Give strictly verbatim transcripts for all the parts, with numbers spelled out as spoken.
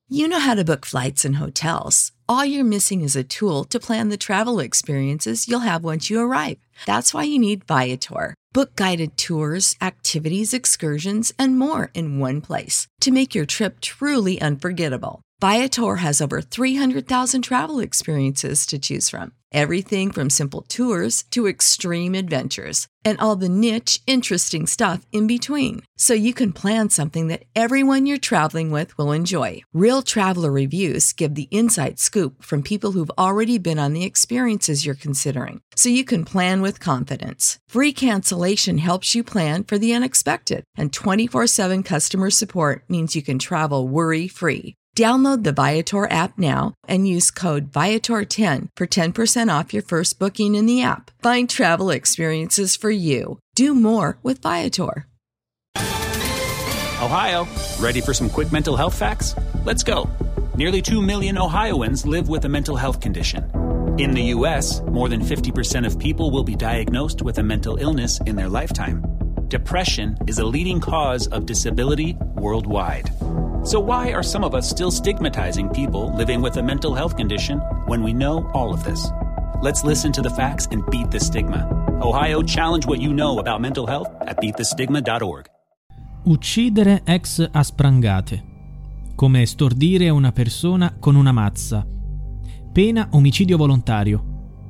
You know how to book flights and hotels. All you're missing is a tool to plan the travel experiences you'll have once you arrive. That's why you need Viator. Book guided tours, activities, excursions, and more in one place to make your trip truly unforgettable. Viator has over three hundred thousand travel experiences to choose from. Everything from simple tours to extreme adventures and all the niche, interesting stuff in between. So you can plan something that everyone you're traveling with will enjoy. Real traveler reviews give the inside scoop from people who've already been on the experiences you're considering. So you can plan with confidence. Free cancellation helps you plan for the unexpected. And twenty-four seven customer support means you can travel worry-free. Download the Viator app now and use code Viator ten for ten percent off your first booking in the app. Find travel experiences for you. Do more with Viator. Ohio, ready for some quick mental health facts? Let's go. Nearly two million Ohioans live with a mental health condition. In the U S, more than fifty percent of people will be diagnosed with a mental illness in their lifetime. Depression is a leading cause of disability worldwide. So why are some of us still stigmatizing people living with a mental health condition when we know all of this? Let's listen to the facts and beat the stigma. Ohio, challenge what you know about mental health at beat the stigma dot org. Uccidere ex a sprangate. Come stordire una persona con una mazza. Pena omicidio volontario.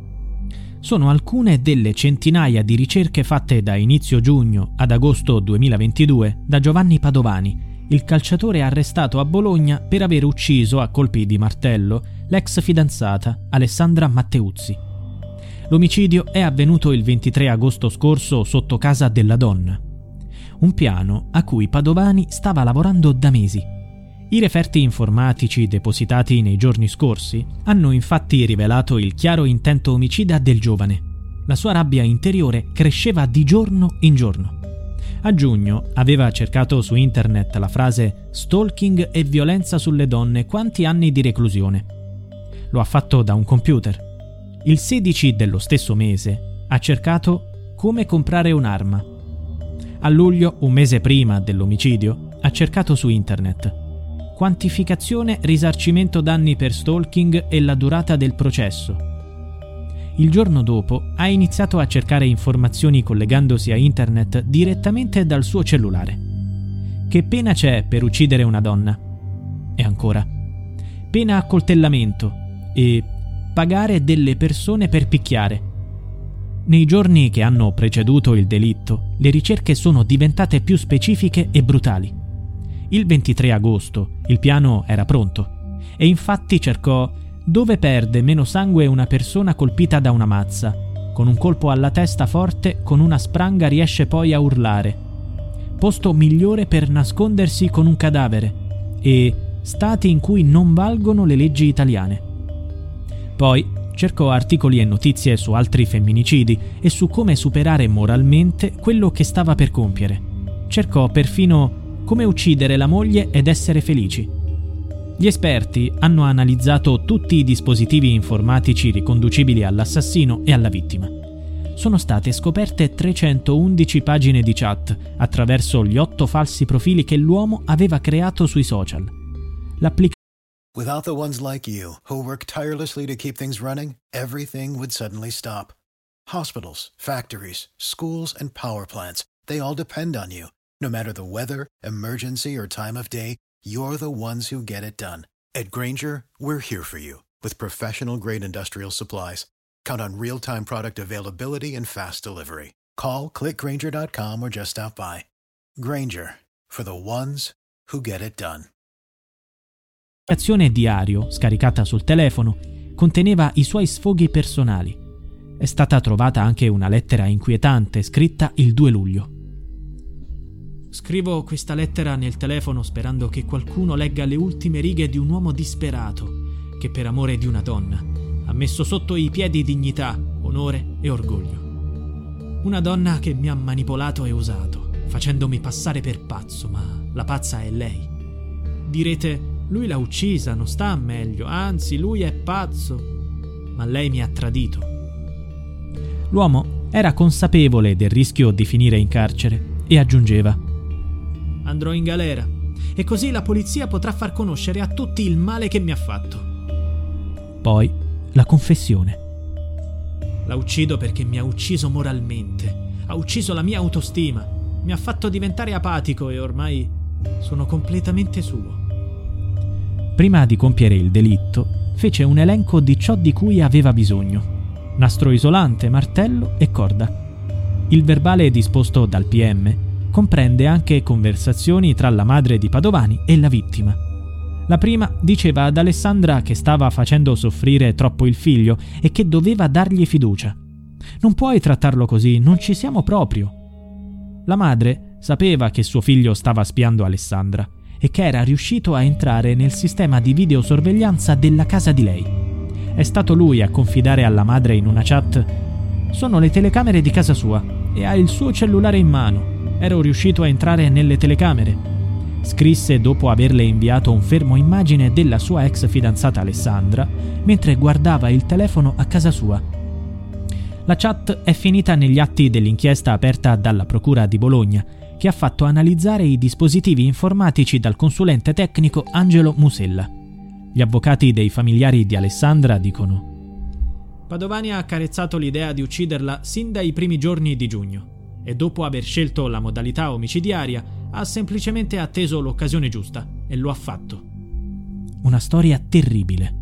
Sono alcune delle centinaia di ricerche fatte da inizio giugno ad agosto duemilaventidue da Giovanni Padovani, il calciatore arrestato a Bologna per aver ucciso a colpi di martello l'ex fidanzata Alessandra Matteuzzi. L'omicidio è avvenuto il ventitré agosto scorso sotto casa della donna. Un piano a cui Padovani stava lavorando da mesi. I referti informatici depositati nei giorni scorsi hanno infatti rivelato il chiaro intento omicida del giovane. La sua rabbia interiore cresceva di giorno in giorno. A giugno aveva cercato su internet la frase «stalking e violenza sulle donne, quanti anni di reclusione?». Lo ha fatto da un computer. Il sedici dello stesso mese ha cercato «come comprare un'arma». A luglio, un mese prima dell'omicidio, ha cercato su internet «quantificazione risarcimento danni per stalking e la durata del processo». Il giorno dopo ha iniziato a cercare informazioni collegandosi a internet direttamente dal suo cellulare. Che pena c'è per uccidere una donna? E ancora, pena accoltellamento e pagare delle persone per picchiare. Nei giorni che hanno preceduto il delitto, le ricerche sono diventate più specifiche e brutali. Il ventitré agosto il piano era pronto e infatti cercò dove perde meno sangue una persona colpita da una mazza. Con un colpo alla testa forte, con una spranga riesce poi a urlare. Posto migliore per nascondersi con un cadavere. E stati in cui non valgono le leggi italiane. Poi cercò articoli e notizie su altri femminicidi e su come superare moralmente quello che stava per compiere. Cercò perfino come uccidere la moglie ed essere felici. Gli esperti hanno analizzato tutti i dispositivi informatici riconducibili all'assassino e alla vittima. Sono state scoperte trecentoundici pagine di chat attraverso gli otto falsi profili che l'uomo aveva creato sui social. L'applicazione Without the ones like you, who work tirelessly to keep things running, everything would suddenly stop. Hospitals, factories, schools, and power plants, they all depend on you. No matter the weather, emergency, or time of day, you're the ones who get it done. At Grainger, we're here for you with professional-grade industrial supplies. Count on real-time product availability and fast delivery. Call, click grainger dot com or just stop by. Grainger, for the ones who get it done. L'applicazione Diario, scaricata sul telefono, conteneva i suoi sfoghi personali. È stata trovata anche una lettera inquietante scritta il due luglio. Scrivo questa lettera nel telefono sperando che qualcuno legga le ultime righe di un uomo disperato che per amore di una donna ha messo sotto i piedi dignità, onore e orgoglio. Una donna che mi ha manipolato e usato, facendomi passare per pazzo, ma la pazza è lei. Direte, lui l'ha uccisa, non sta meglio, anzi lui è pazzo, ma lei mi ha tradito. L'uomo era consapevole del rischio di finire in carcere e aggiungeva: andrò in galera, e così la polizia potrà far conoscere a tutti il male che mi ha fatto. Poi la confessione. La uccido perché mi ha ucciso moralmente, ha ucciso la mia autostima, mi ha fatto diventare apatico e ormai sono completamente suo. Prima di compiere il delitto, fece un elenco di ciò di cui aveva bisogno. Nastro isolante, martello e corda. Il verbale disposto dal P M comprende anche conversazioni tra la madre di Padovani e la vittima. La prima diceva ad Alessandra che stava facendo soffrire troppo il figlio e che doveva dargli fiducia. Non puoi trattarlo così, non ci siamo proprio. La madre sapeva che suo figlio stava spiando Alessandra e che era riuscito a entrare nel sistema di videosorveglianza della casa di lei. È stato lui a confidare alla madre in una chat: «Sono le telecamere di casa sua e ha il suo cellulare in mano. Ero riuscito a entrare nelle telecamere». Scrisse dopo averle inviato un fermo immagine della sua ex fidanzata Alessandra mentre guardava il telefono a casa sua. La chat è finita negli atti dell'inchiesta aperta dalla Procura di Bologna, che ha fatto analizzare i dispositivi informatici dal consulente tecnico Angelo Musella. Gli avvocati dei familiari di Alessandra dicono: Padovani ha accarezzato l'idea di ucciderla sin dai primi giorni di giugno e dopo aver scelto la modalità omicidiaria ha semplicemente atteso l'occasione giusta e lo ha fatto. Una storia terribile.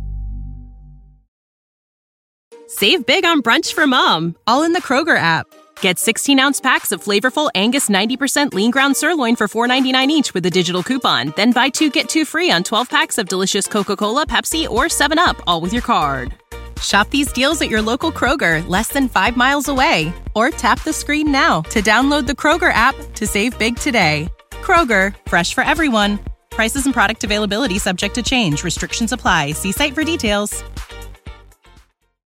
Save big on brunch for mom, all in the Kroger app. Get sixteen-ounce packs of flavorful Angus ninety percent lean ground sirloin for four ninety-nine each with a digital coupon. Then buy two, get two free on twelve packs of delicious Coca-Cola, Pepsi, or seven up, all with your card. Shop these deals at your local Kroger, less than five miles away. Or tap the screen now to download the Kroger app to save big today. Kroger, fresh for everyone. Prices and product availability subject to change. Restrictions apply. See site for details.